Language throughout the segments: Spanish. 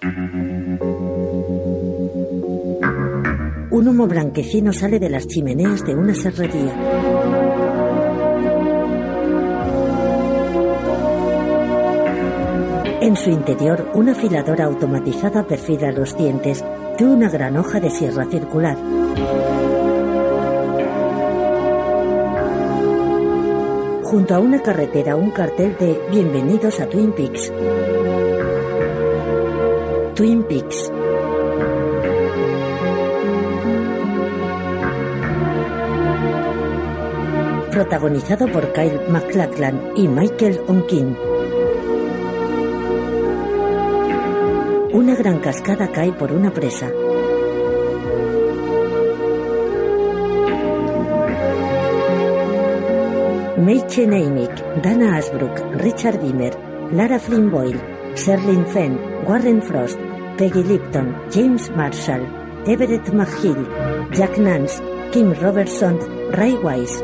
Un humo blanquecino sale de las chimeneas de una serrería. En su interior, una afiladora automatizada perfila los dientes de una gran hoja de sierra circular. Junto a una carretera, un cartel de Bienvenidos a Twin Peaks. Twin Peaks. Protagonizado por Kyle MacLachlan y Michael O'Keefe. Una gran cascada cae por una presa. Mädchen Amick, Dana Ashbrook, Richard Dimmer, Lara Flynn Boyle, Sherlyn Fenn, Warren Frost, Peggy Lipton, James Marshall, Everett McGill, Jack Nance, Kim Robertson, Ray Wise.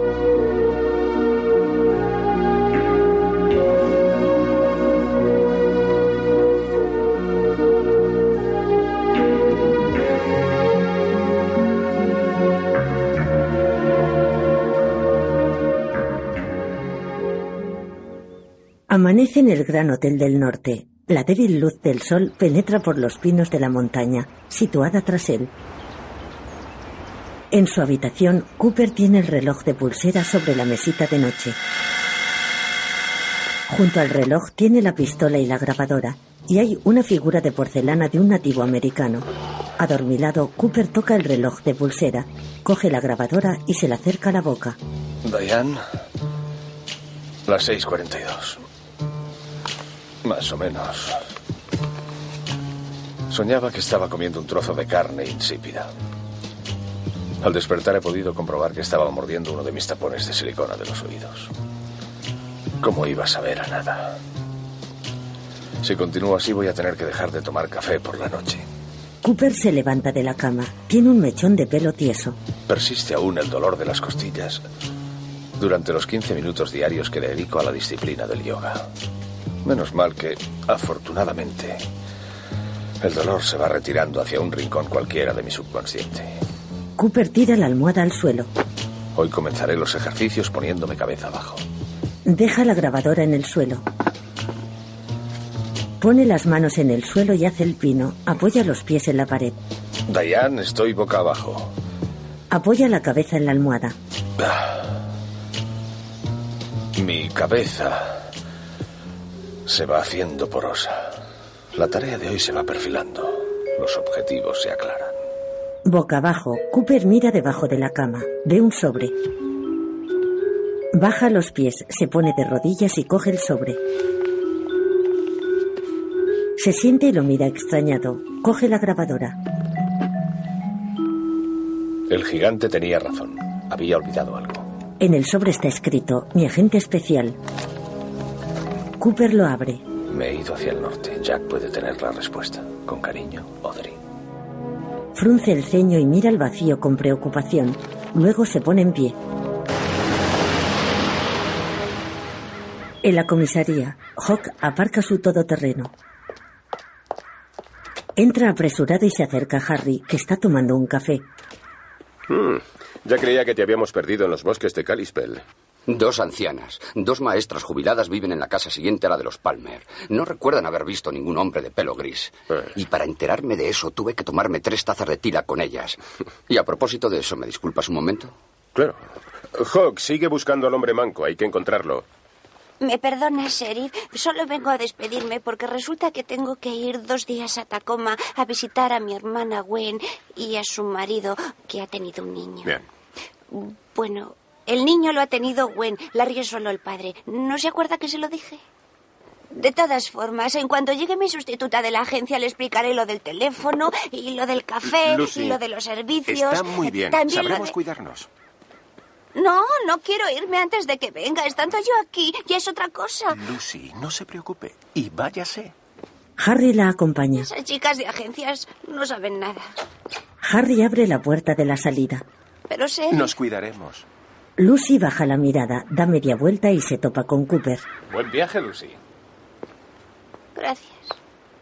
Amanece en el Gran Hotel del Norte. La débil luz del sol penetra por los pinos de la montaña, situada tras él. En su habitación, Cooper tiene el reloj de pulsera sobre la mesita de noche. Junto al reloj tiene la pistola y la grabadora, y hay una figura de porcelana de un nativo americano. Adormilado, Cooper toca el reloj de pulsera, coge la grabadora y se la acerca a la boca. Diane, las 6:42. Más o menos. Soñaba que estaba comiendo un trozo de carne insípida. Al despertar he podido comprobar que estaba mordiendo uno de mis tapones de silicona de los oídos. ¿Cómo iba a saber a nada? Si continúo así voy a tener que dejar de tomar café por la noche. Cooper se levanta de la cama. Tiene un mechón de pelo tieso. Persiste aún el dolor de las costillas durante los 15 minutos diarios que le dedico a la disciplina del yoga. Menos mal que, afortunadamente, el dolor se va retirando hacia un rincón cualquiera de mi subconsciente. Cooper tira la almohada al suelo. Hoy comenzaré los ejercicios poniéndome cabeza abajo. Deja la grabadora en el suelo. Pone las manos en el suelo y hace el pino. Apoya los pies en la pared. Diane, estoy boca abajo. Apoya la cabeza en la almohada. Mi cabeza se va haciendo porosa. La tarea de hoy se va perfilando. Los objetivos se aclaran. Boca abajo, Cooper mira debajo de la cama. Ve un sobre. Baja los pies, se pone de rodillas y coge el sobre. Se siente y lo mira extrañado. Coge la grabadora. El gigante tenía razón. Había olvidado algo. En el sobre está escrito: mi agente especial. Cooper lo abre. Me he ido hacia el norte. Jack puede tener la respuesta. Con cariño, Audrey. Frunce el ceño y mira al vacío con preocupación. Luego se pone en pie. En la comisaría, Hawk aparca su todoterreno. Entra apresurado y se acerca a Harry, que está tomando un café. Ya creía que te habíamos perdido en los bosques de Kalispell. 2 ancianas, 2 maestras jubiladas viven en la casa siguiente a la de los Palmer. No recuerdan haber visto ningún hombre de pelo gris. Y para enterarme de eso tuve que tomarme 3 tazas de tila con ellas. Y a propósito de eso, ¿me disculpas un momento? Claro. Hawk, sigue buscando al hombre manco. Hay que encontrarlo. Me perdona, Sheriff. Solo vengo a despedirme porque resulta que tengo que ir 2 días a Tacoma a visitar a mi hermana Gwen y a su marido, que ha tenido un niño. Bien. Bueno, el niño lo ha tenido Gwen. Larry es solo el padre. ¿No se acuerda que se lo dije? De todas formas, en cuanto llegue mi sustituta de la agencia le explicaré lo del teléfono y lo del café Lucy, y lo de los servicios. Está muy bien. También Sabremos cuidarnos. No quiero irme antes de que venga. Estando yo aquí, ya es otra cosa. Lucy, no se preocupe. Y váyase. Harry la acompaña. Esas chicas de agencias no saben nada. Harry abre la puerta de la salida. Pero sé... Nos cuidaremos. Lucy baja la mirada, da media vuelta y se topa con Cooper. Buen viaje, Lucy. Gracias.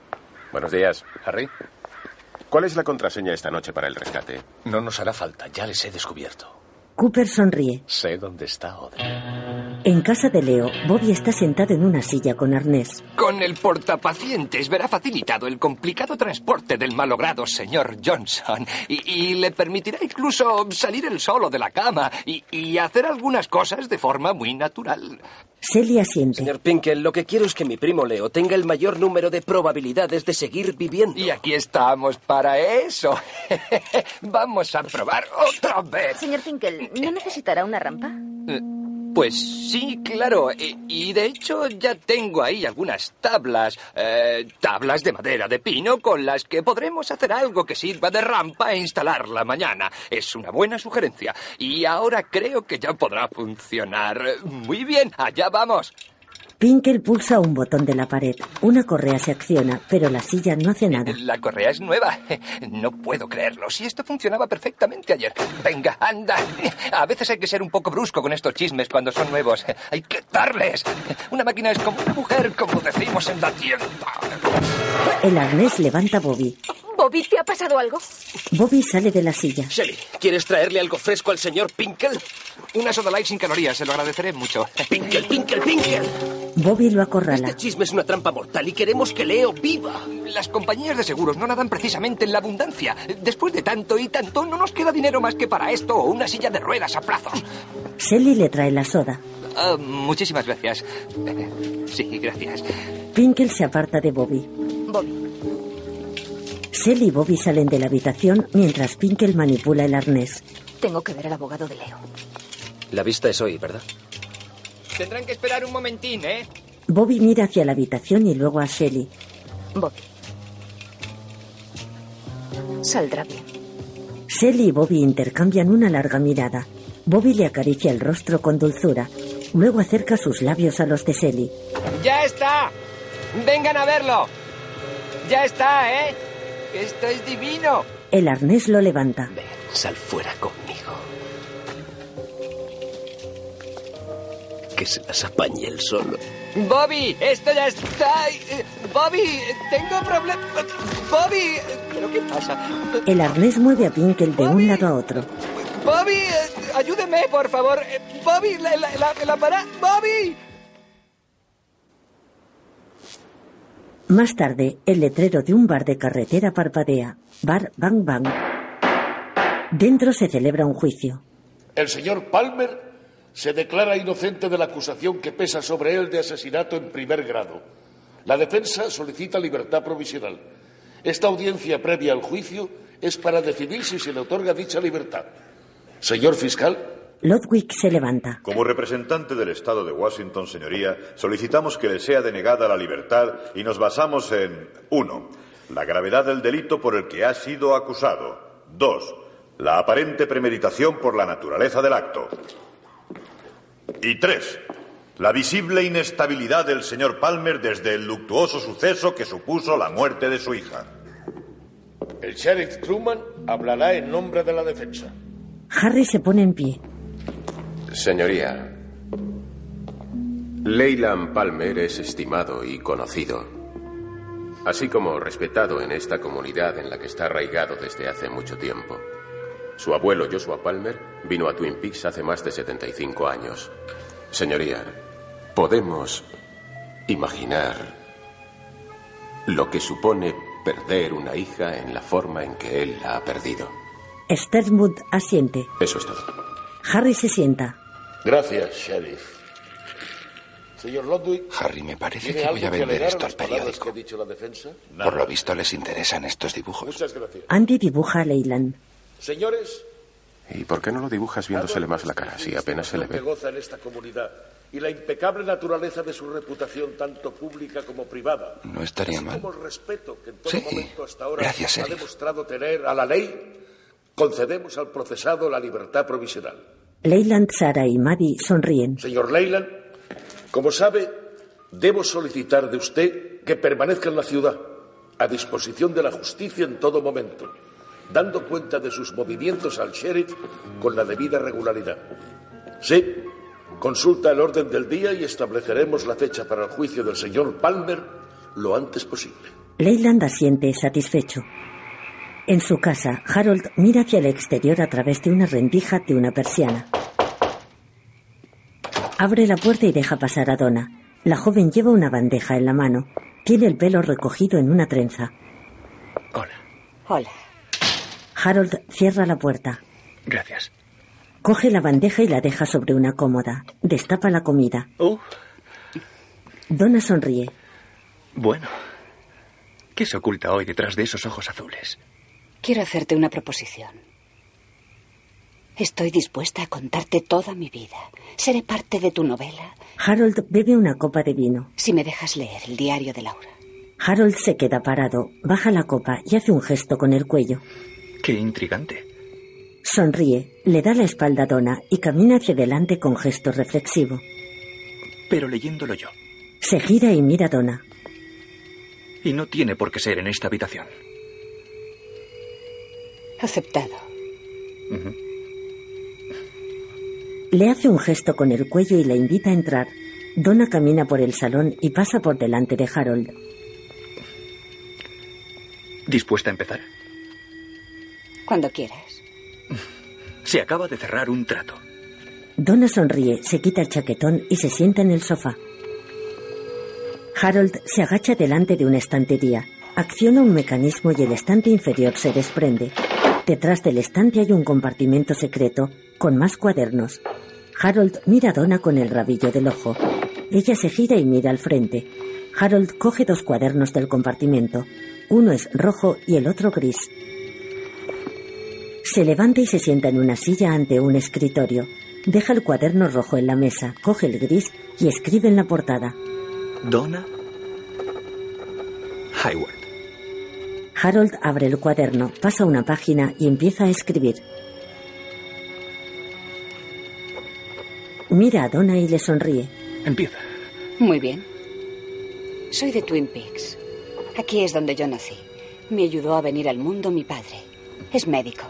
Buenos días. Harry, ¿Cuál es la contraseña esta noche para el rescate? no nos hará falta. Ya les he descubierto. Cooper sonríe. Sé dónde está Audrey. En casa de Leo, Bobby está sentado en una silla con arnés. Con el portapacientes verá facilitado el complicado transporte del malogrado señor Johnson y le permitirá incluso salir él solo de la cama y hacer algunas cosas de forma muy natural. Sally asiente. Señor Pinkell, lo que quiero es que mi primo Leo tenga el mayor número de probabilidades de seguir viviendo. Y aquí estamos para eso. Vamos a probar otra vez. Señor Pinkell, ¿no necesitará una rampa? Pues sí, claro. Y de hecho ya tengo ahí algunas tablas de madera de pino con las que podremos hacer algo que sirva de rampa e instalarla mañana. Es una buena sugerencia. Y ahora creo que ya podrá funcionar. Muy bien, allá vamos. Pinkell pulsa un botón de la pared. Una correa se acciona, pero la silla no hace nada. La correa es nueva. No puedo creerlo. Si esto funcionaba perfectamente ayer. Venga, anda. A veces hay que ser un poco brusco con estos chismes cuando son nuevos. Hay que darles. Una máquina es como una mujer, como decimos en la tienda. El arnés levanta a Bobby. Bobby, ¿te ha pasado algo? Bobby sale de la silla. Shelly, ¿quieres traerle algo fresco al señor Pinkell? Una soda light sin calorías, se lo agradeceré mucho. Pinkell, Pinkell, Pinkell. Bobby lo acorrala. Este chisme es una trampa mortal y queremos que Leo viva. Las compañías de seguros no nadan precisamente en la abundancia. Después de tanto y tanto, no nos queda dinero más que para esto o una silla de ruedas a plazos. Sally le trae la soda. Muchísimas gracias. Sí, gracias. Pinkell se aparta de Bobby. Bobby. Sally y Bobby salen de la habitación mientras Pinkell manipula el arnés. Tengo que ver al abogado de Leo. La vista es hoy, ¿verdad? Tendrán que esperar un momentín, ¿eh? Bobby mira hacia la habitación y luego a Sally. Bobby. Saldrá bien. Sally y Bobby intercambian una larga mirada. Bobby le acaricia el rostro con dulzura. Luego acerca sus labios a los de Sally. ¡Ya está! ¡Vengan a verlo! ¡Ya está, eh! ¡Esto es divino! El arnés lo levanta. Ven, sal fuera conmigo. Que se las apañe él solo. ¡Bobby! ¡Esto ya está! ¡Bobby! ¡Tengo problemas! ¡Bobby! ¿Pero qué pasa? El arnés mueve a Pinkell de un lado a otro. ¡Bobby! ¡Ayúdeme, por favor! ¡Bobby! ¡La para! ¡Bobby! Más tarde, el letrero de un bar de carretera parpadea. Bar Bang Bang. Dentro se celebra un juicio. El señor Palmer se declara inocente de la acusación que pesa sobre él de asesinato en primer grado. La defensa solicita libertad provisional. Esta audiencia previa al juicio es para decidir si se le otorga dicha libertad. Señor fiscal. Lodwick se levanta. Como representante del Estado de Washington, señoría, solicitamos que le sea denegada la libertad y nos basamos en 1. La gravedad del delito por el que ha sido acusado. 2. La aparente premeditación por la naturaleza del acto. Y 3. La visible inestabilidad del señor Palmer desde el luctuoso suceso que supuso la muerte de su hija. El sheriff Truman hablará en nombre de la defensa. Harry se pone en pie. Señoría, Leyland Palmer es estimado y conocido, así como respetado en esta comunidad en la que está arraigado desde hace mucho tiempo. Su abuelo, Joshua Palmer, vino a Twin Peaks hace más de 75 años. Señoría, podemos imaginar lo que supone perder una hija en la forma en que él la ha perdido. Sternwood asiente. Eso es todo. Harry se sienta. Gracias, sheriff. Señor Lodwick. Harry, me parece ¿tiene que voy a algo que vender alegar esto a al las palabras periódico. que ha dicho la defensa? Por lo visto les interesan estos dibujos. Muchas gracias. Andy dibuja a Leyland. Señores, ¿Y por qué no lo dibujas viéndosele más la cara, si apenas se le que ve? goza en esta comunidad y la impecable naturaleza de su reputación tanto pública como privada. No estaría así mal. como el respeto que en todo Sí. momento hasta ahora Gracias, ha sheriff. demostrado tener a la ley, concedemos al procesado la libertad provisional. Leyland, Sarah y Maddie sonríen. Señor Leyland, como sabe, debo solicitar de usted que permanezca en la ciudad, a disposición de la justicia en todo momento, dando cuenta de sus movimientos al sheriff con la debida regularidad. Sí, consulta el orden del día y estableceremos la fecha para el juicio del señor Palmer lo antes posible. Leyland asiente satisfecho. En su casa, Harold mira hacia el exterior a través de una rendija de una persiana. Abre la puerta y deja pasar a Donna. La joven lleva una bandeja en la mano. Tiene el pelo recogido en una trenza. Hola. Hola. Harold cierra la puerta. Gracias. Coge la bandeja y la deja sobre una cómoda. Destapa la comida. Donna sonríe. Bueno. ¿Qué se oculta hoy detrás de esos ojos azules? Quiero hacerte una proposición. Estoy dispuesta a contarte toda mi vida. Seré parte de tu novela. Harold bebe una copa de vino. Si me dejas leer el diario de Laura. Harold se queda parado, baja la copa y hace un gesto con el cuello. Qué intrigante. Sonríe, le da la espalda a Donna y camina hacia adelante con gesto reflexivo. Pero leyéndolo yo. Se gira y mira a Donna. Y no tiene por qué ser en esta habitación. Aceptado. Le hace un gesto con el cuello y la invita a entrar. Donna camina por el salón y pasa por delante de Harold. ¿Dispuesta a empezar? Cuando quieras. Se acaba de cerrar un trato. Donna sonríe, se quita el chaquetón y se sienta en el sofá. Harold se agacha delante de una estantería. Acciona un mecanismo y el estante inferior se desprende. Detrás del estante hay un compartimento secreto con más cuadernos. Harold mira a Donna con el rabillo del ojo. Ella se gira y mira al frente. Harold coge 2 cuadernos del compartimento. Uno es rojo y el otro gris. Se levanta y se sienta en una silla ante un escritorio. Deja el cuaderno rojo en la mesa, coge el gris y escribe en la portada. Donna Hayward. Harold abre el cuaderno, pasa una página y empieza a escribir. Mira a Donna y le sonríe. Empieza. Muy bien. Soy de Twin Peaks. Aquí es donde yo nací. Me ayudó a venir al mundo mi padre. Es médico.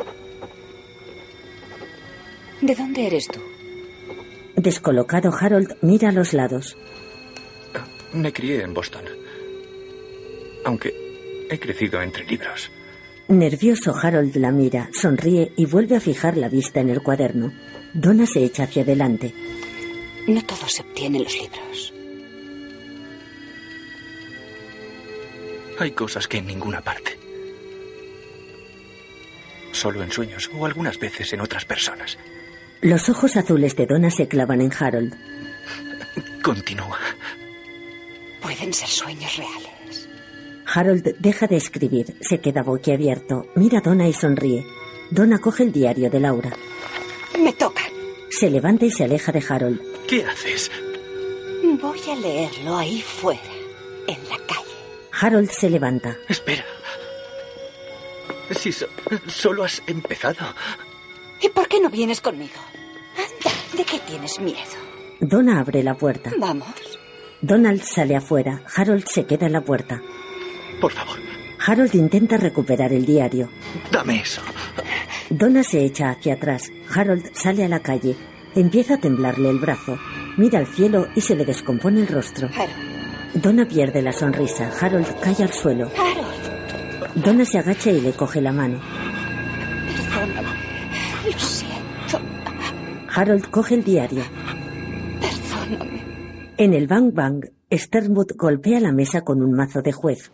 ¿De dónde eres tú? Descolocado, Harold mira a los lados. Me crié en Boston. Aunque he crecido entre libros. Nervioso, Harold la mira, sonríe y vuelve a fijar la vista en el cuaderno. Donna se echa hacia adelante. No todo se obtiene en los libros. Hay cosas que en ninguna parte. Solo en sueños o algunas veces en otras personas. Los ojos azules de Donna se clavan en Harold. Continúa. Pueden ser sueños reales. Harold deja de escribir, se queda boquiabierto, mira a Donna y sonríe. Donna coge el diario de Laura. Me tocan. Se levanta y se aleja de Harold. ¿Qué haces? Voy a leerlo ahí fuera, en la calle. Harold se levanta. Espera. Si solo has empezado. ¿Y por qué no vienes conmigo? Anda, ¿de qué tienes miedo? Donna abre la puerta. Vamos. Donald sale afuera. Harold se queda en la puerta. Por favor. Harold intenta recuperar el diario. Dame eso. Donna se echa hacia atrás. Harold sale a la calle. Empieza a temblarle el brazo. Mira al cielo y se le descompone el rostro. Harold. Donna pierde la sonrisa. Harold cae al suelo. Harold. Donna se agacha y le coge la mano. Perdóname. Lo siento. Harold coge el diario. Perdóname. En el Bang Bang, Sternwood golpea la mesa con un mazo de juez.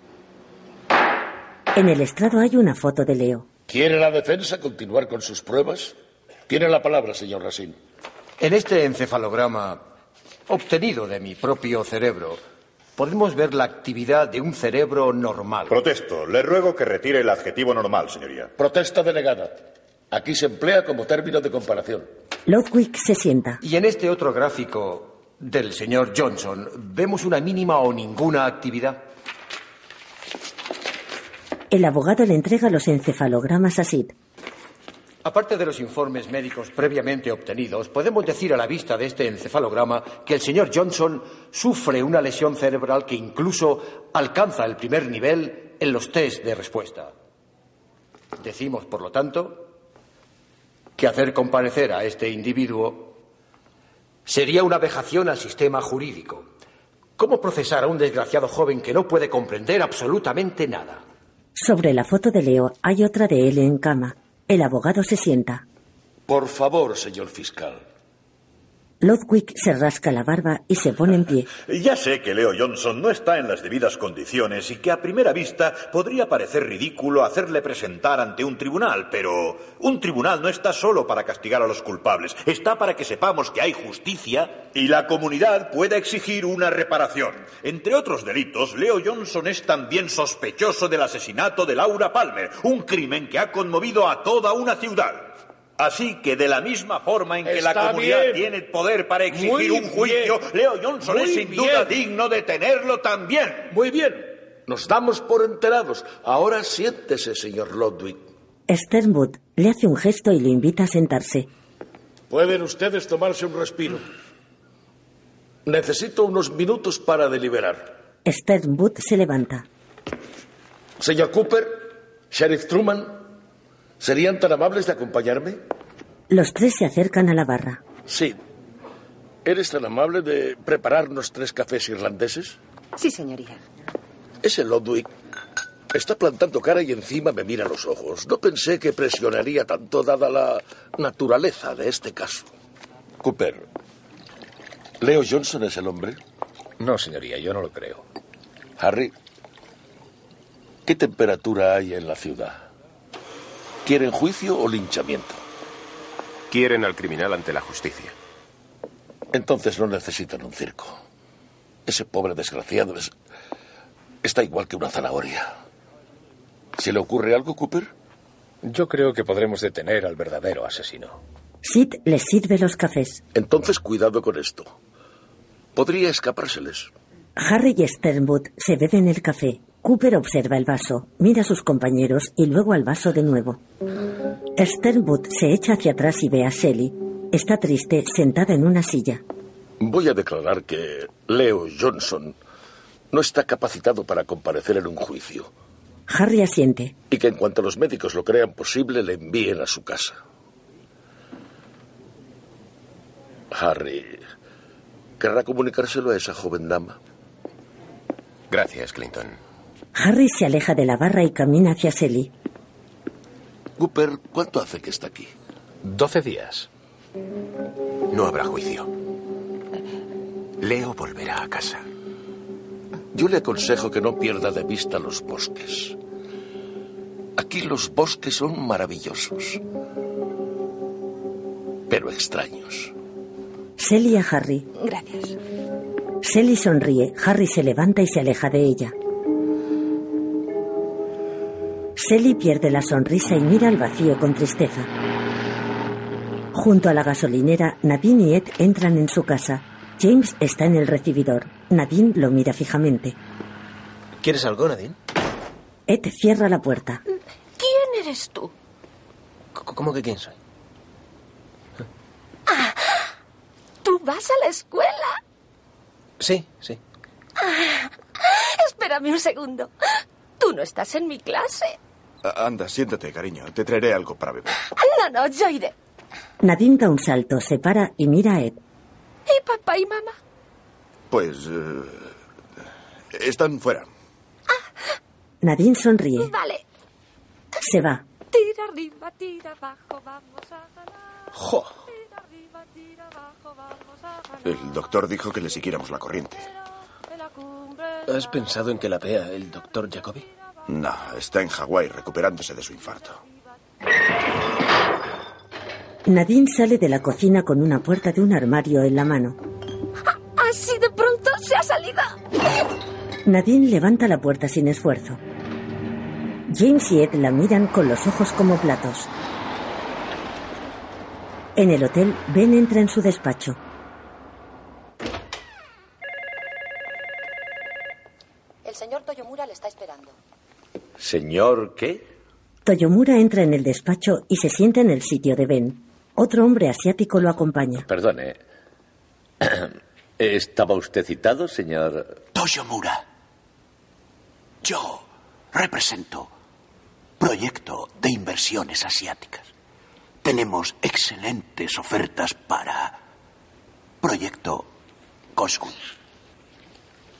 En el estrado hay una foto de Leo. ¿Quiere la defensa continuar con sus pruebas? Tiene la palabra, señor Racine. En este encefalograma, obtenido de mi propio cerebro, podemos ver la actividad de un cerebro normal. Protesto. Le ruego que retire el adjetivo normal, señoría. Protesta denegada. Aquí se emplea como término de comparación. Lodwick se sienta. Y en este otro gráfico del señor Johnson, vemos una mínima o ninguna actividad. El abogado le entrega los encefalogramas a Sid. Aparte de los informes médicos previamente obtenidos, podemos decir a la vista de este encefalograma que el señor Johnson sufre una lesión cerebral que incluso alcanza el primer nivel en los test de respuesta. Decimos, por lo tanto, que hacer comparecer a este individuo sería una vejación al sistema jurídico. ¿Cómo procesar a un desgraciado joven que no puede comprender absolutamente nada? Sobre la foto de Leo hay otra de él en cama. El abogado se sienta. Por favor, señor fiscal. Lodwick se rasca la barba y se pone en pie. Ya sé que Leo Johnson no está en las debidas condiciones y que a primera vista podría parecer ridículo hacerle presentar ante un tribunal, pero un tribunal no está solo para castigar a los culpables, está para que sepamos que hay justicia y la comunidad pueda exigir una reparación. Entre otros delitos, Leo Johnson es también sospechoso del asesinato de Laura Palmer, un crimen que ha conmovido a toda una ciudad. Así que de la misma forma en que la comunidad tiene poder para exigir un juicio, Leo Johnson es sin duda digno de tenerlo también. Muy bien. Nos damos por enterados. Ahora siéntese, señor Lodwick. Sternwood le hace un gesto y le invita a sentarse. Pueden ustedes tomarse un respiro. Necesito unos minutos para deliberar. Sternwood se levanta. Señor Cooper, Sheriff Truman, ¿serían tan amables de acompañarme? Los tres se acercan a la barra. Sí. ¿Eres tan amable de prepararnos 3 cafés irlandeses? Sí, señoría. Ese Lodwick está plantando cara y encima me mira a los ojos. No pensé que presionaría tanto dada la naturaleza de este caso. Cooper, ¿Leo Johnson es el hombre? No, señoría, yo no lo creo. Harry, ¿qué temperatura hay en la ciudad? ¿Quieren juicio o linchamiento? Quieren al criminal ante la justicia. Entonces no necesitan un circo. Ese pobre desgraciado está igual que una zanahoria. ¿Se le ocurre algo, Cooper? Yo creo que podremos detener al verdadero asesino. Sid les sirve los cafés. Entonces cuidado con esto. Podría escapárseles. Harry y Sternwood se beben el café. Cooper observa el vaso, mira a sus compañeros y luego al vaso de nuevo. Sternwood se echa hacia atrás y ve a Shelley. Está triste, sentada en una silla. Voy a declarar que Leo Johnson no está capacitado para comparecer en un juicio. Harry asiente. Y que en cuanto los médicos lo crean posible, le envíen a su casa. Harry, ¿querrá comunicárselo a esa joven dama? Gracias, Clinton. Harry se aleja de la barra y camina hacia Shelley. Cooper, ¿cuánto hace que está aquí? 12 días. No habrá juicio. Leo volverá a casa. Yo le aconsejo que no pierda de vista los bosques. Aquí los bosques son maravillosos, pero extraños. Shelley a Harry. Gracias. Shelley sonríe. Harry se levanta y se aleja de ella. Shelley pierde la sonrisa y mira al vacío con tristeza. Junto a la gasolinera, Nadine y Ed entran en su casa. James está en el recibidor. Nadine lo mira fijamente. ¿Quieres algo, Nadine? Ed cierra la puerta. ¿Quién eres tú? ¿Cómo que quién soy? Ah, ¿tú vas a la escuela? Sí. Espérame un segundo. Tú no estás en mi clase. Anda, siéntate, cariño. Te traeré algo para beber. No, yo iré. Nadine da un salto, se para y mira a Ed. ¿Y papá y mamá? Pues... están fuera. Nadine sonríe. Vale. Se va. Tira arriba, tira abajo, vamos a ganar. ¡Jo! Tira arriba, tira abajo, vamos a ganar. El doctor dijo que le siguiéramos la corriente. ¿Has pensado en que la vea el doctor Jacobi? No, está en Hawái recuperándose de su infarto. Nadine sale de la cocina con una puerta de un armario en la mano. Así de pronto se ha salido. Nadine levanta la puerta sin esfuerzo. James y Ed la miran con los ojos como platos. En el hotel, Ben entra en su despacho. El señor Toyomura le está esperando. ¿Señor qué? Toyomura entra en el despacho y se sienta en el sitio de Ben. Otro hombre asiático lo acompaña. Perdone. ¿Estaba usted citado, señor? Toyomura. Yo represento Proyecto de Inversiones Asiáticas. Tenemos excelentes ofertas para Proyecto Cosgun.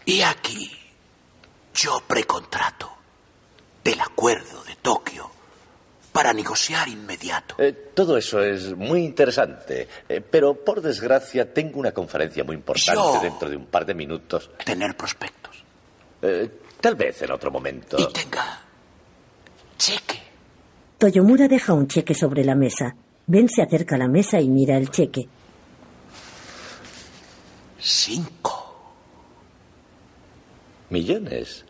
Y aquí yo precontrato del acuerdo de Tokio para negociar inmediato. Todo eso es muy interesante, pero por desgracia tengo una conferencia muy importante dentro de un par de minutos. Tener prospectos. Tal vez en otro momento. Y tenga cheque. Toyomura deja un cheque sobre la mesa. Ben se acerca a la mesa y mira el cheque. 5 millones.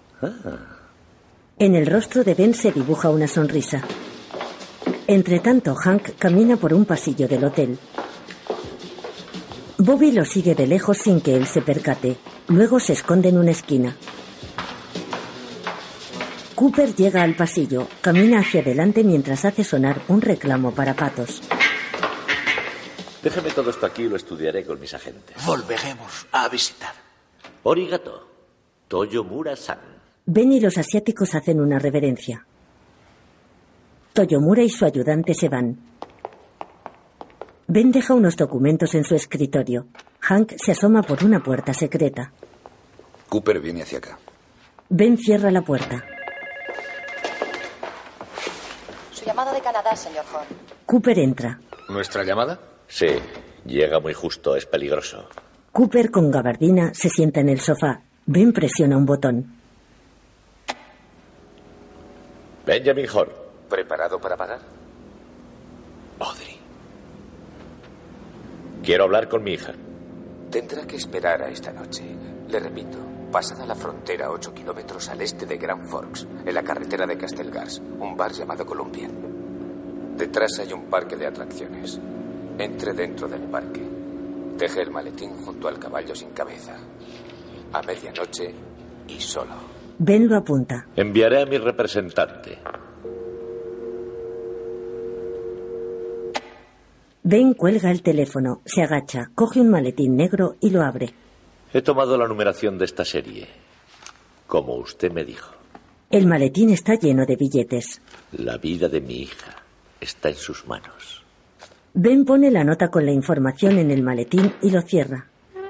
En el rostro de Ben se dibuja una sonrisa. Entretanto, Hank camina por un pasillo del hotel. Bobby lo sigue de lejos sin que él se percate. Luego se esconde en una esquina. Cooper llega al pasillo, camina hacia adelante mientras hace sonar un reclamo para patos. Déjame todo esto aquí y lo estudiaré con mis agentes. Volveremos a visitar. Origato. Toyomura-san. Ben y los asiáticos hacen una reverencia. Toyomura y su ayudante se van. Ben deja unos documentos en su escritorio. Hank se asoma por una puerta secreta. Cooper viene hacia acá. Ben cierra la puerta. Su llamada de Canadá, señor Horn. Cooper entra. ¿Nuestra llamada? Sí, llega muy justo, es peligroso. Cooper con gabardina se sienta en el sofá. Ben presiona un botón. Benjamin Horn. ¿Preparado para pagar? Audrey. Quiero hablar con mi hija. Tendrá que esperar a esta noche. Le repito, pasada la frontera 8 kilómetros al este de Grand Forks, en la carretera de Castelgars, un bar llamado Columbian. Detrás hay un parque de atracciones. Entre dentro del parque. Deje el maletín junto al caballo sin cabeza. A medianoche y solo. Ben lo apunta. Enviaré a mi representante. Ben cuelga el teléfono, se agacha, coge un maletín negro y lo abre. He tomado la numeración de esta serie, como usted me dijo. El maletín está lleno de billetes. La vida de mi hija está en sus manos. Ben pone la nota con la información en el maletín y lo cierra.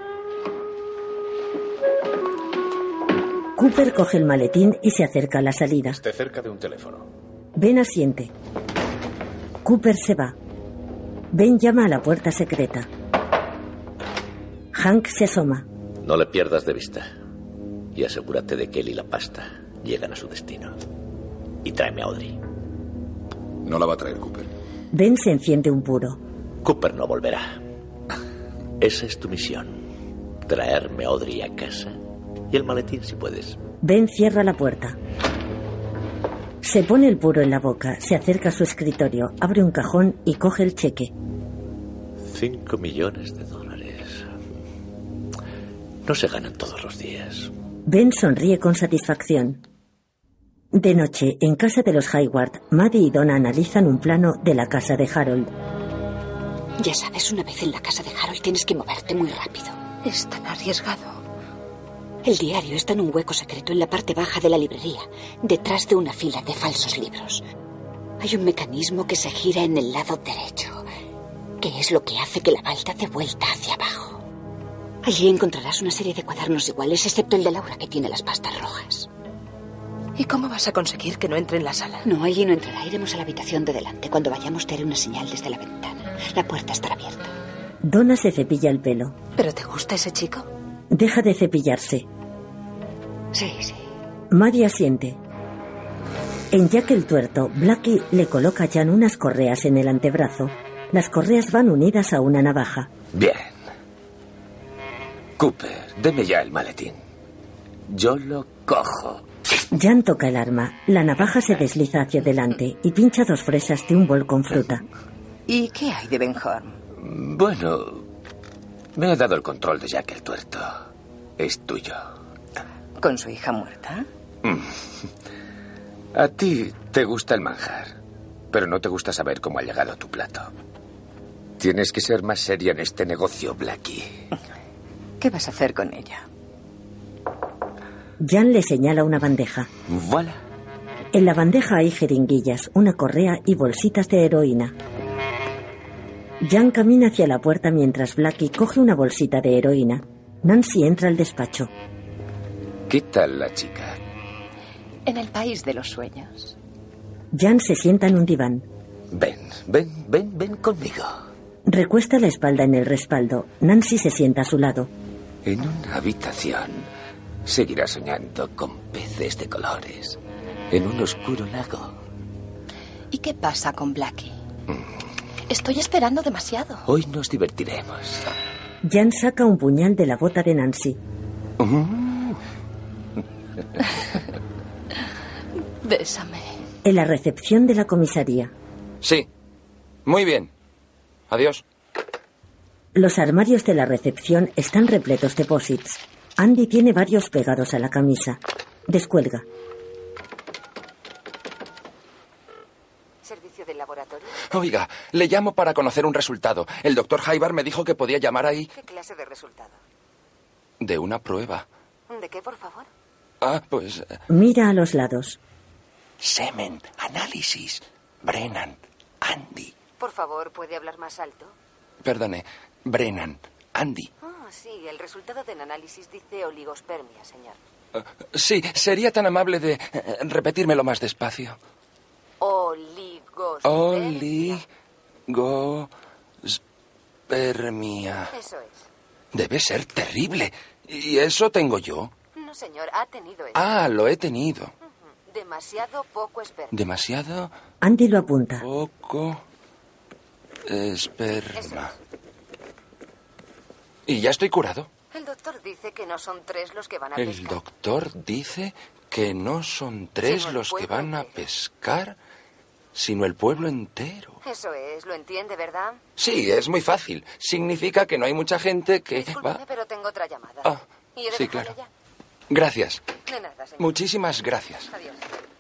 Cooper coge el maletín y se acerca a la salida. Esté cerca de un teléfono. Ben asiente. Cooper se va. Ben llama a la puerta secreta. Hank se asoma. No le pierdas de vista. Y asegúrate de que él y la pasta llegan a su destino. Y tráeme a Audrey. No la va a traer Cooper. Ben se enciende un puro. Cooper no volverá. Esa es tu misión. Traerme a Audrey a casa y el maletín si puedes. Ben cierra la puerta. Se pone el puro en la boca, se acerca a su escritorio, abre un cajón y coge el cheque. $5 millones. No se ganan todos los días. Ben sonríe con satisfacción. De noche, en casa de los Hayward, Maddie y Donna analizan un plano de la casa de Harold. Ya sabes, una vez en la casa de Harold tienes que moverte muy rápido. Es tan arriesgado. El diario está en un hueco secreto en la parte baja de la librería, detrás de una fila de falsos libros. Hay un mecanismo que se gira en el lado derecho, que es lo que hace que la balda dé vuelta hacia abajo. Allí encontrarás una serie de cuadernos iguales, excepto el de Laura, que tiene las pastas rojas. ¿Y cómo vas a conseguir que no entre en la sala? No, allí no entrará. Iremos a la habitación de delante. Cuando vayamos te haré una señal desde la ventana. La puerta estará abierta. Donna se cepilla el pelo. ¿Pero te gusta ese chico? Deja de cepillarse. Sí. Maddie asiente. En Jack el tuerto, Blackie le coloca a Jan unas correas en el antebrazo. Las correas van unidas a una navaja. Bien. Cooper, deme ya el maletín. Yo lo cojo. Jan toca el arma. La navaja se desliza hacia adelante y pincha 2 fresas de un bol con fruta. ¿Y qué hay de Ben Horn? Bueno, me he dado el control de Jack el tuerto. Es tuyo. ¿Con su hija muerta? A ti te gusta el manjar, pero no te gusta saber cómo ha llegado a tu plato. Tienes que ser más seria en este negocio, Blackie. ¿Qué vas a hacer con ella? Jan le señala una bandeja. Voilà. En la bandeja hay jeringuillas, una correa y bolsitas de heroína. Jan camina hacia la puerta mientras Blackie coge una bolsita de heroína. Nancy entra al despacho. ¿Qué tal la chica? En el país de los sueños. Jan se sienta en un diván. Ven conmigo. Recuesta la espalda en el respaldo. Nancy se sienta a su lado. En una habitación seguirá soñando con peces de colores en un oscuro lago. ¿Y qué pasa con Blackie? Estoy esperando demasiado. Hoy nos divertiremos. Jan saca un puñal de la bota de Nancy. Bésame. En la recepción de la comisaría. Sí. Muy bien. Adiós. Los armarios de la recepción están repletos de posits. Andy tiene varios pegados a la camisa. Descuelga. ¿Servicio del laboratorio? Oiga, le llamo para conocer un resultado. El doctor Haybar me dijo que podía llamar ahí. ¿Qué clase de resultado? De una prueba. ¿De qué, por favor? Pues... Mira a los lados. Semen, análisis. Brennan, Andy. Por favor, ¿puede hablar más alto? Perdone, Brennan, Andy. Sí, el resultado del análisis dice oligospermia, señor. Sí, sería tan amable de repetírmelo más despacio. Oligospermia. Oligospermia. Eso es. Debe ser terrible. ¿Y eso tengo yo? No, señor, ha tenido eso. Lo he tenido. Demasiado poco esperma. Demasiado Andy lo apunta. poco esperma. ¿Y ya estoy curado? El doctor dice que no son 3 los que van a El pescar. doctor dice que no son 3 Sino los que van a pescar, sino el pueblo entero. Eso es, lo entiende, ¿verdad? Sí, es muy fácil. Significa que no hay mucha gente que Discúlpeme, va... pero tengo otra llamada. ¿Y he de sí, dejarle claro. ya? Gracias. De nada, señor. Muchísimas gracias. Adiós.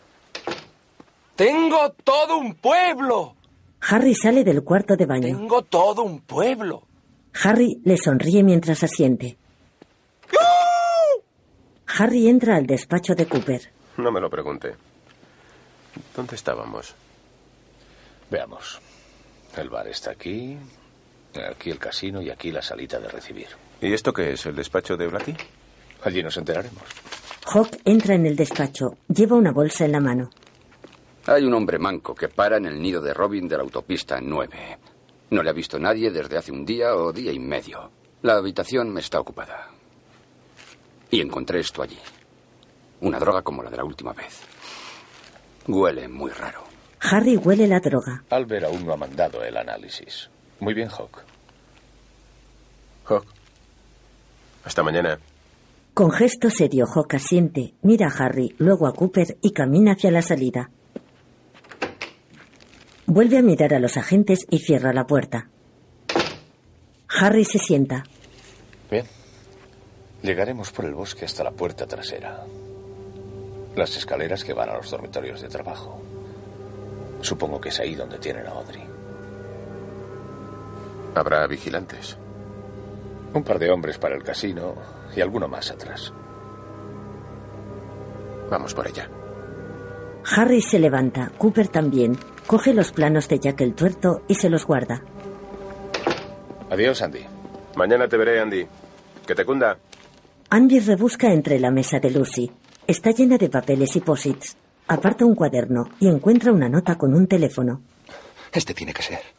¡Tengo todo un pueblo! Harry sale del cuarto de baño. ¡Tengo todo un pueblo! Harry le sonríe mientras asiente. Harry entra al despacho de Cooper. No me lo pregunte. ¿Dónde estábamos? Veamos. El bar está aquí, aquí el casino y aquí la salita de recibir. ¿Y esto qué es? ¿El despacho de Blackie? Allí nos enteraremos. Hawk entra en el despacho. Lleva una bolsa en la mano. Hay un hombre manco que para en el nido de Robin de la autopista 9. No le ha visto nadie desde hace un día o día y medio. La habitación está ocupada. Y encontré esto allí. Una droga como la de la última vez. Huele muy raro. Harry huele la droga. Albert aún no ha mandado el análisis. Muy bien, Hawk. Hawk. Hasta mañana. Con gesto serio, Hawk asiente, mira a Harry, luego a Cooper y camina hacia la salida. Vuelve a mirar a los agentes y cierra la puerta. Harry se sienta. Bien. Llegaremos por el bosque hasta la puerta trasera. Las escaleras que van a los dormitorios de trabajo. Supongo que es ahí donde tienen a Audrey. Habrá vigilantes. Un par de hombres para el casino y alguno más atrás. Vamos por ella. Harry se levanta, Cooper también. Coge los planos de Jack el Tuerto y se los guarda. Adiós, Andy. Mañana te veré, Andy. Que te cunda. Andy rebusca entre la mesa de Lucy. Está llena de papeles y posits. Aparta un cuaderno y encuentra una nota con un teléfono. Este tiene que ser.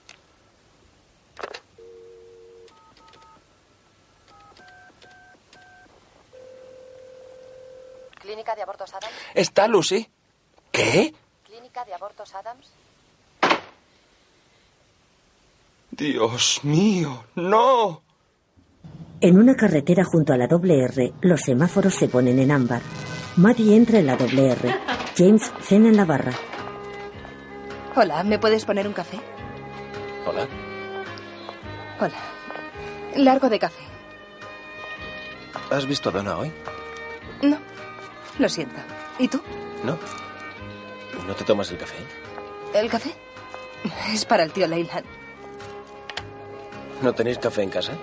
¿Clínica de abortos Adams? ¿Está Lucy? ¿Qué? ¿Clínica de abortos Adams? Dios mío, no. En una carretera junto a la R, los semáforos se ponen en ámbar. Maddie entra en la R. James cena en la barra. Hola, ¿me puedes poner un café? Hola. Hola. Largo de café. ¿Has visto a Donna hoy? No, lo siento. ¿Y tú? No. ¿No te tomas el café? ¿El café? Es para el tío Leyland. ¿No tenéis café en casa?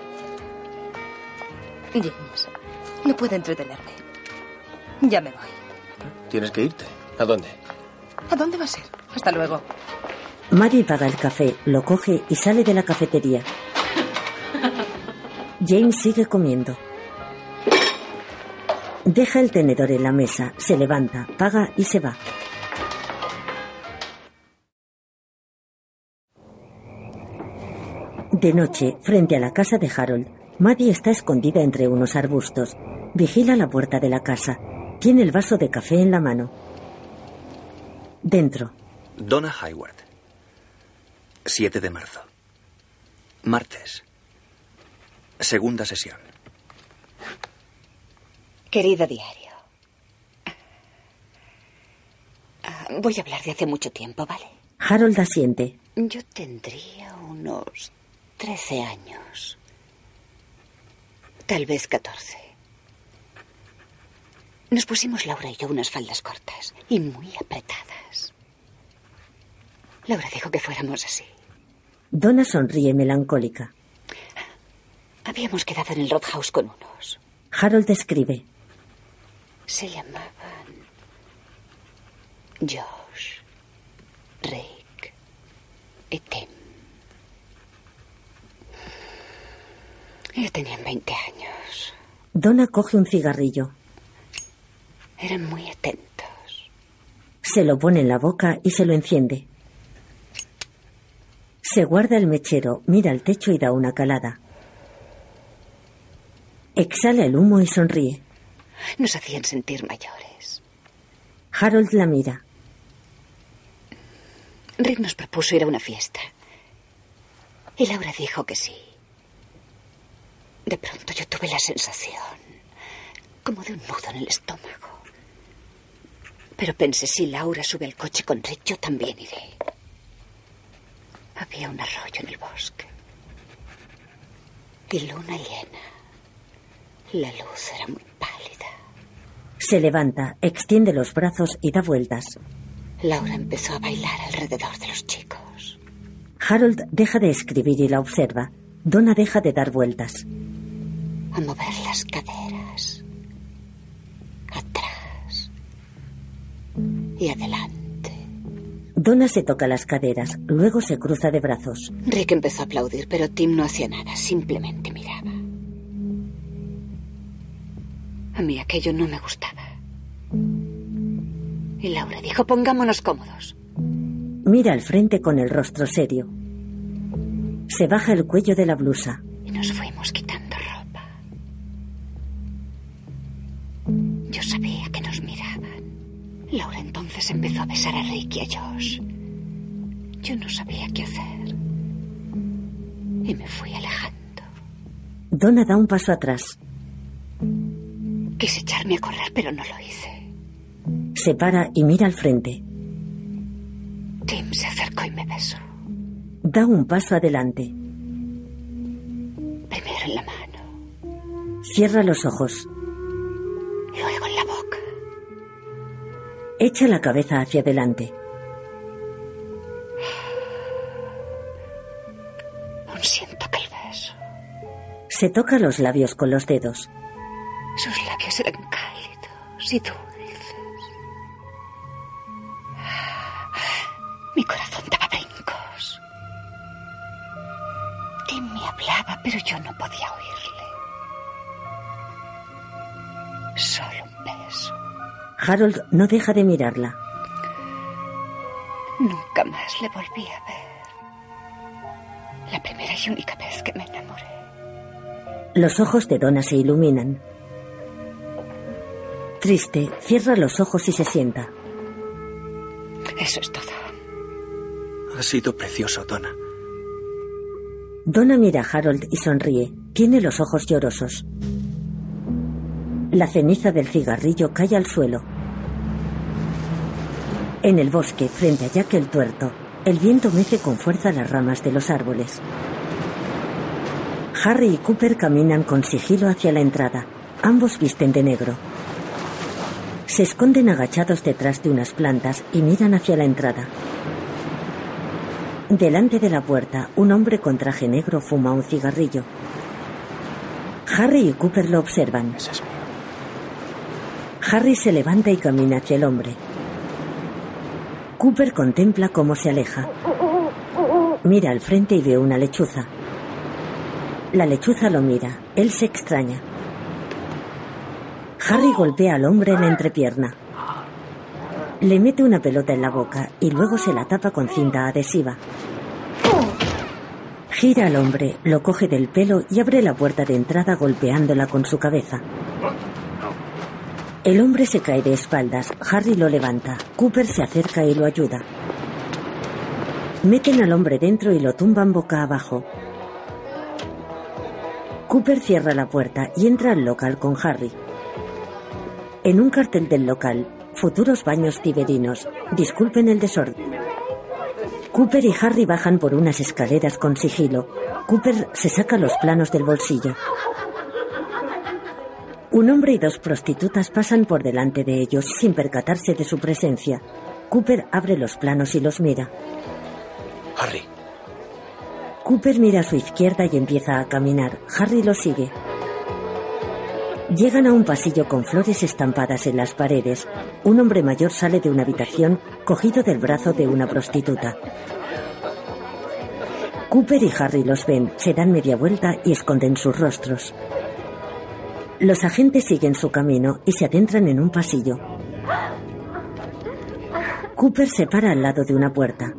James, no puedo entretenerme. Ya me voy. Tienes que irte. ¿A dónde? ¿A dónde va a ser? Hasta luego. Maddie paga el café, lo coge y sale de la cafetería. James sigue comiendo. Deja el tenedor en la mesa, se levanta, paga y se va. De noche, frente a la casa de Harold, Maddie está escondida entre unos arbustos. Vigila la puerta de la casa. Tiene el vaso de café en la mano. Dentro. Donna Hayward. 7 de marzo. Martes. Segunda sesión. Querido diario. Voy a hablar de hace mucho tiempo, ¿vale? Harold asiente. Yo tendría unos 13 años. Tal vez 14. Nos pusimos Laura y yo unas faldas cortas y muy apretadas. Laura dijo que fuéramos así. Donna sonríe melancólica. Habíamos quedado en el Roadhouse con unos. Harold escribe. Se llamaban Josh, Rick y Tim. Ellos tenían 20 años. Donna coge un cigarrillo. Eran muy atentos. Se lo pone en la boca y se lo enciende. Se guarda el mechero, mira al techo y da una calada. Exhala el humo y sonríe. Nos hacían sentir mayores. Harold la mira. Rick nos propuso ir a una fiesta. Y Laura dijo que sí. De pronto yo tuve la sensación como de un nudo en el estómago. Pero pensé, si Laura sube al coche con Rick, yo también iré. Había un arroyo en el bosque. Y luna llena. La luz era muy pálida. Se levanta, extiende los brazos y da vueltas. Laura empezó a bailar alrededor de los chicos. Harold deja de escribir y la observa. Donna deja de dar vueltas. A mover las caderas. Atrás. Y adelante. Donna se toca las caderas, luego se cruza de brazos. Rick empezó a aplaudir, pero Tim no hacía nada, simplemente miraba. A mí aquello no me gustaba. Y Laura dijo, pongámonos cómodos. Mira al frente con el rostro serio. Se baja el cuello de la blusa. Y nos fuimos quitando ropa. Yo sabía que nos miraban. Laura entonces empezó a besar a Rick y a Josh. Yo no sabía qué hacer. Y me fui alejando. Donna da un paso atrás. Quise echarme a correr, pero no lo hice. Se para y mira al frente. Tim se acercó y me besó. Da un paso adelante. Primero en la mano. Cierra los ojos. Luego en la boca. Echa la cabeza hacia adelante. Aún siento aquel beso. Se toca los labios con los dedos. Sus labios eran cálidos y dulces. Mi corazón daba brincos. Tim me hablaba, pero yo no podía oírle. Solo un beso. Harold no deja de mirarla. Nunca más le volví a ver. La primera y única vez que me enamoré. Los ojos de Donna se iluminan. Triste, cierra los ojos y se sienta. Eso es todo. Ha sido precioso, Donna. Donna mira a Harold y sonríe. Tiene los ojos llorosos. La ceniza del cigarrillo cae al suelo. En el bosque, frente a Jack el tuerto, el viento mece con fuerza las ramas de los árboles. Harry y Cooper caminan con sigilo hacia la entrada. Ambos visten de negro. Se esconden agachados detrás de unas plantas y miran hacia la entrada. Delante de la puerta, un hombre con traje negro fuma un cigarrillo. Harry y Cooper lo observan. Harry se levanta y camina hacia el hombre. Cooper contempla cómo se aleja. Mira al frente y ve una lechuza. La lechuza lo mira. Él se extraña. Harry golpea al hombre en la entrepierna. Le mete una pelota en la boca y luego se la tapa con cinta adhesiva. Gira al hombre, lo coge del pelo y abre la puerta de entrada golpeándola con su cabeza. El hombre se cae de espaldas. Harry lo levanta. Cooper se acerca y lo ayuda. Meten al hombre dentro y lo tumban boca abajo. Cooper cierra la puerta y entra al local con Harry. En un cartel del local, futuros baños tiberinos. Disculpen el desorden. Cooper y Harry bajan por unas escaleras con sigilo. Cooper se saca los planos del bolsillo. Un hombre y 2 prostitutas pasan por delante de ellos sin percatarse de su presencia. Cooper abre los planos y los mira. Harry. Cooper mira a su izquierda y empieza a caminar. Harry lo sigue. Llegan a un pasillo con flores estampadas en las paredes. Un hombre mayor sale de una habitación cogido del brazo de una prostituta. Cooper y Harry los ven, se dan media vuelta y esconden sus rostros. Los agentes siguen su camino y se adentran en un pasillo. Cooper se para al lado de una puerta.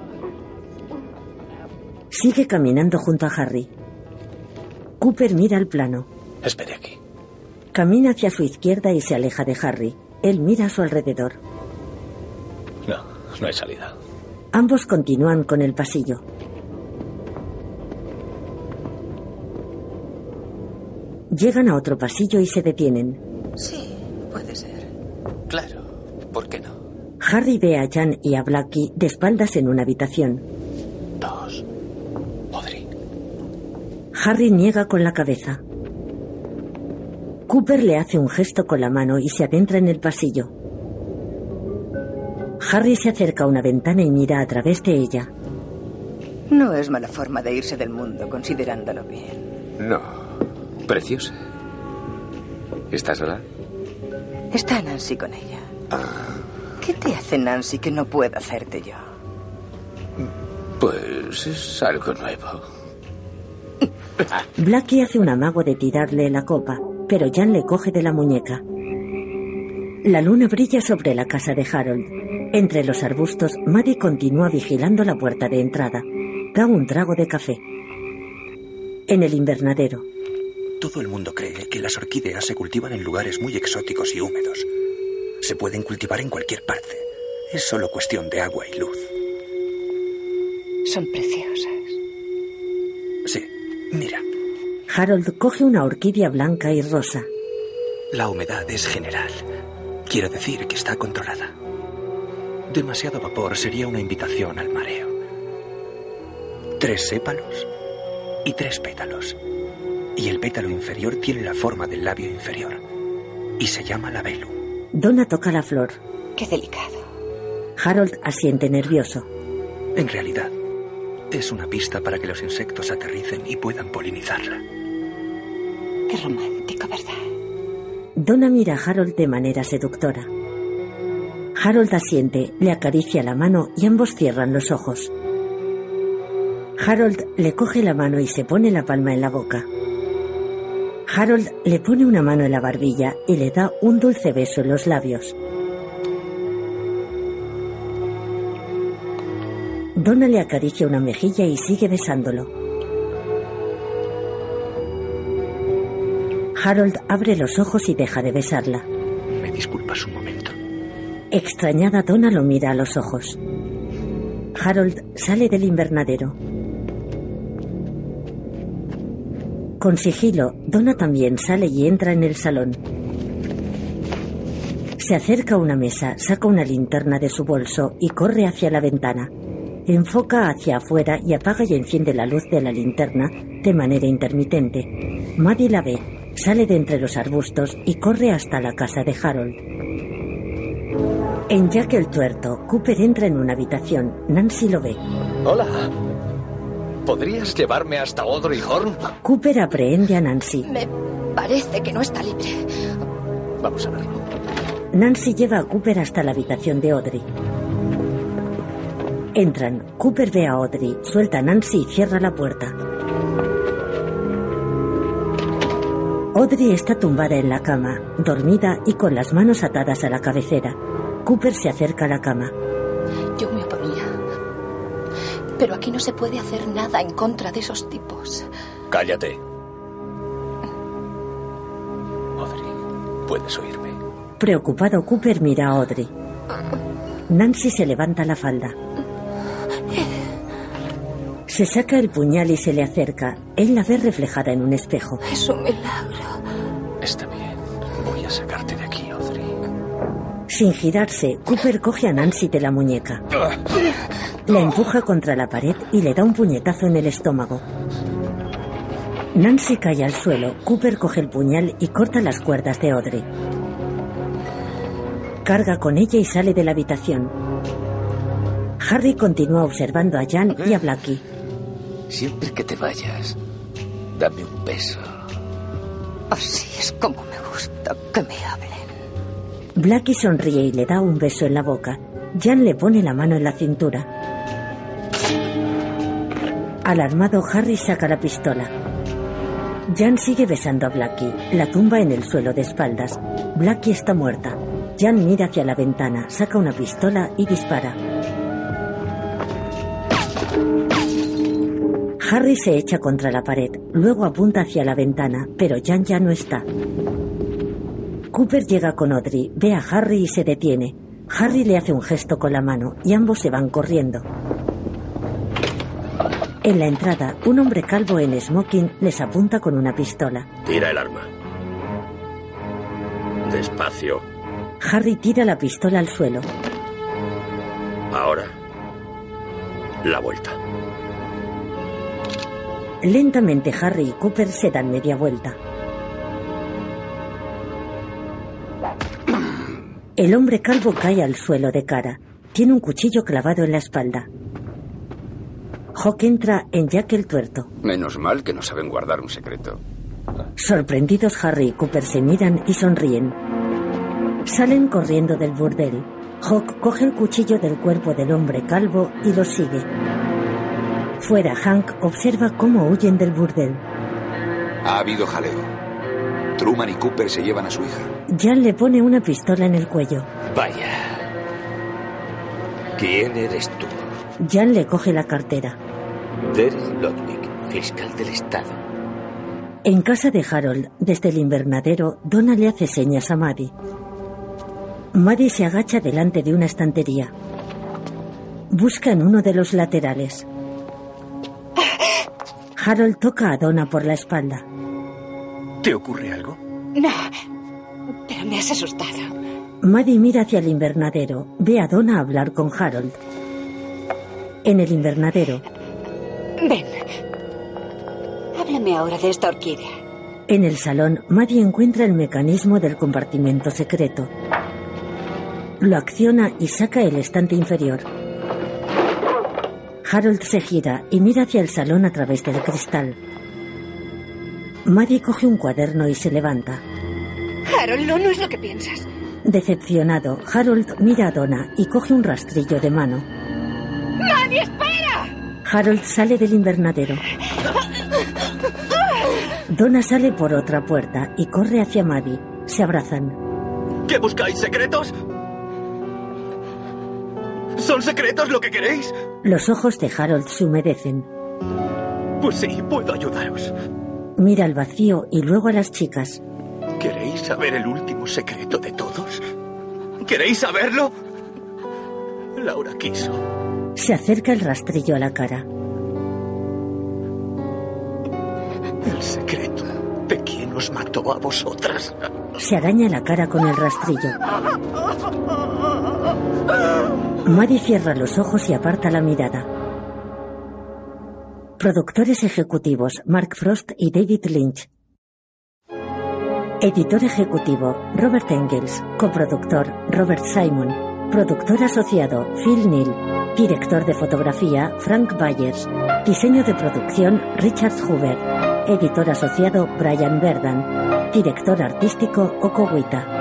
Sigue caminando junto a Harry. Cooper mira el plano. Espere aquí. Camina hacia su izquierda y se aleja de Harry. Él mira a su alrededor. No hay salida. Ambos continúan con el pasillo. Llegan a otro pasillo y se detienen. Sí, puede ser. Claro, ¿por qué no? Harry ve a Jan y a Blackie de espaldas en una habitación. 2. Audrey. Harry niega con la cabeza. Cooper le hace un gesto con la mano y se adentra en el pasillo. Harry se acerca a una ventana y mira a través de ella. No es mala forma de irse del mundo, considerándolo bien. No. Preciosa. ¿Estás sola? Está Nancy con ella. ¿Qué te hace Nancy que no pueda hacerte yo? Pues es algo nuevo. Blackie hace un amago de tirarle la copa, pero Jan le coge de la muñeca. La luna brilla sobre la casa de Harold. Entre los arbustos, Maddie continúa vigilando la puerta de entrada. Da un trago de café. En el invernadero. Todo el mundo cree que las orquídeas se cultivan en lugares muy exóticos y húmedos. Se pueden cultivar en cualquier parte. Es solo cuestión de agua y luz. Son preciosas. Sí, mira. Harold coge una orquídea blanca y rosa. La humedad es general. Quiero decir que está controlada. Demasiado vapor sería una invitación al mareo. 3 sépalos y 3 pétalos. Y el pétalo inferior tiene la forma del labio inferior. Y se llama labelo. Donna toca la flor. Qué delicado. Harold asiente nervioso. En realidad, es una pista para que los insectos aterricen y puedan polinizarla. Qué romántico, ¿verdad? Donna mira a Harold de manera seductora. Harold asiente, le acaricia la mano y ambos cierran los ojos. Harold le coge la mano y se pone la palma en la boca. Harold le pone una mano en la barbilla y le da un dulce beso en los labios. Donna le acaricia una mejilla y sigue besándolo. Harold abre los ojos y deja de besarla. ¿Me disculpas un momento? Extrañada, Donna lo mira a los ojos. Harold sale del invernadero. Con sigilo, Donna también sale y entra en el salón. Se acerca a una mesa, saca una linterna de su bolso y corre hacia la ventana. Enfoca hacia afuera y apaga y enciende la luz de la linterna de manera intermitente. Maddie la ve, sale de entre los arbustos y corre hasta la casa de Harold. En Jack el Tuerto, Cooper entra en una habitación. Nancy lo ve. Hola. ¿Podrías llevarme hasta Audrey Horne? Cooper aprehende a Nancy. Me parece que no está libre. Vamos a verlo. Nancy lleva a Cooper hasta la habitación de Audrey. Entran. Cooper ve a Audrey, suelta a Nancy y cierra la puerta. Audrey está tumbada en la cama, dormida y con las manos atadas a la cabecera. Cooper se acerca a la cama. Yo me oponía. Pero aquí no se puede hacer nada en contra de esos tipos. Cállate. Audrey, puedes oírme. Preocupado, Cooper mira a Audrey. Nancy se levanta la falda. Se saca el puñal y se le acerca. Él la ve reflejada en un espejo. Es un milagro. Está bien. Voy a sacarte de aquí, Audrey. Sin girarse, Cooper coge a Nancy de la muñeca. La empuja contra la pared y le da un puñetazo en el estómago. Nancy cae al suelo. Cooper coge el puñal y corta las cuerdas de Audrey. Carga con ella y sale de la habitación. Harry continúa observando a Jan y a Blackie. Siempre que te vayas, dame un beso. Así es como me gusta que me hablen. Blackie sonríe y le da un beso en la boca. Jan le pone la mano en la cintura. Alarmado, Harry saca la pistola. Jan sigue besando a Blackie. La tumba en el suelo de espaldas. Blackie está muerta. Jan mira hacia la ventana, saca una pistola y dispara. Harry se echa contra la pared, luego apunta hacia la ventana, pero Jan ya no está. Cooper llega con Audrey, ve a Harry y se detiene. Harry le hace un gesto con la mano y ambos se van corriendo. En la entrada, un hombre calvo en smoking les apunta con una pistola. Tira el arma. Despacio. Harry tira la pistola al suelo. Ahora, la vuelta. Lentamente Harry y Cooper se dan media vuelta. El hombre calvo cae al suelo de cara. Tiene un cuchillo clavado en la espalda. Hawk entra en Jack el tuerto. Menos mal que no saben guardar un secreto. Sorprendidos, Harry y Cooper se miran y sonríen. Salen corriendo del burdel. Hawk coge el cuchillo del cuerpo del hombre calvo y lo sigue. Fuera, Hank observa cómo huyen del burdel. Ha habido jaleo. Truman y Cooper se llevan a su hija. Jan le pone una pistola en el cuello. Vaya. ¿Quién eres tú? Jan le coge la cartera. Daryl Lodwick, fiscal del estado. En casa de Harold, desde el invernadero, Donna le hace señas a Maddie. Maddie se agacha delante de una estantería. Busca en uno de los laterales. Harold toca a Donna por la espalda. ¿Te ocurre algo? No, pero me has asustado. Maddie mira hacia el invernadero. Ve a Donna hablar con Harold. En el invernadero. Ven. Háblame ahora de esta orquídea. En el salón, Maddie encuentra el mecanismo del compartimento secreto. Lo acciona y saca el estante inferior. Harold se gira y mira hacia el salón a través del cristal. Maddie coge un cuaderno y se levanta. Harold, no es lo que piensas. Decepcionado, Harold mira a Donna y coge un rastrillo de mano. ¡Maddie, espera! Harold sale del invernadero. Donna sale por otra puerta y corre hacia Maddie. Se abrazan. ¿Qué buscáis? ¿Secretos? ¿Son secretos lo que queréis? Los ojos de Harold se humedecen. Pues sí, puedo ayudaros. Mira al vacío y luego a las chicas. ¿Queréis saber el último secreto de todos? ¿Queréis saberlo? Laura quiso. Se acerca el rastrillo a la cara. El secreto de quién os mató a vosotras. Se araña la cara con el rastrillo. Maddie cierra los ojos y aparta la mirada. Productores ejecutivos Mark Frost y David Lynch. Editor ejecutivo Robert Engels. Coproductor Robert Simon. Productor asociado Phil Neal. Director de fotografía Frank Byers. Diseño de producción Richard Hoover. Editor asociado Brian Verdan. Director artístico Oko Wita.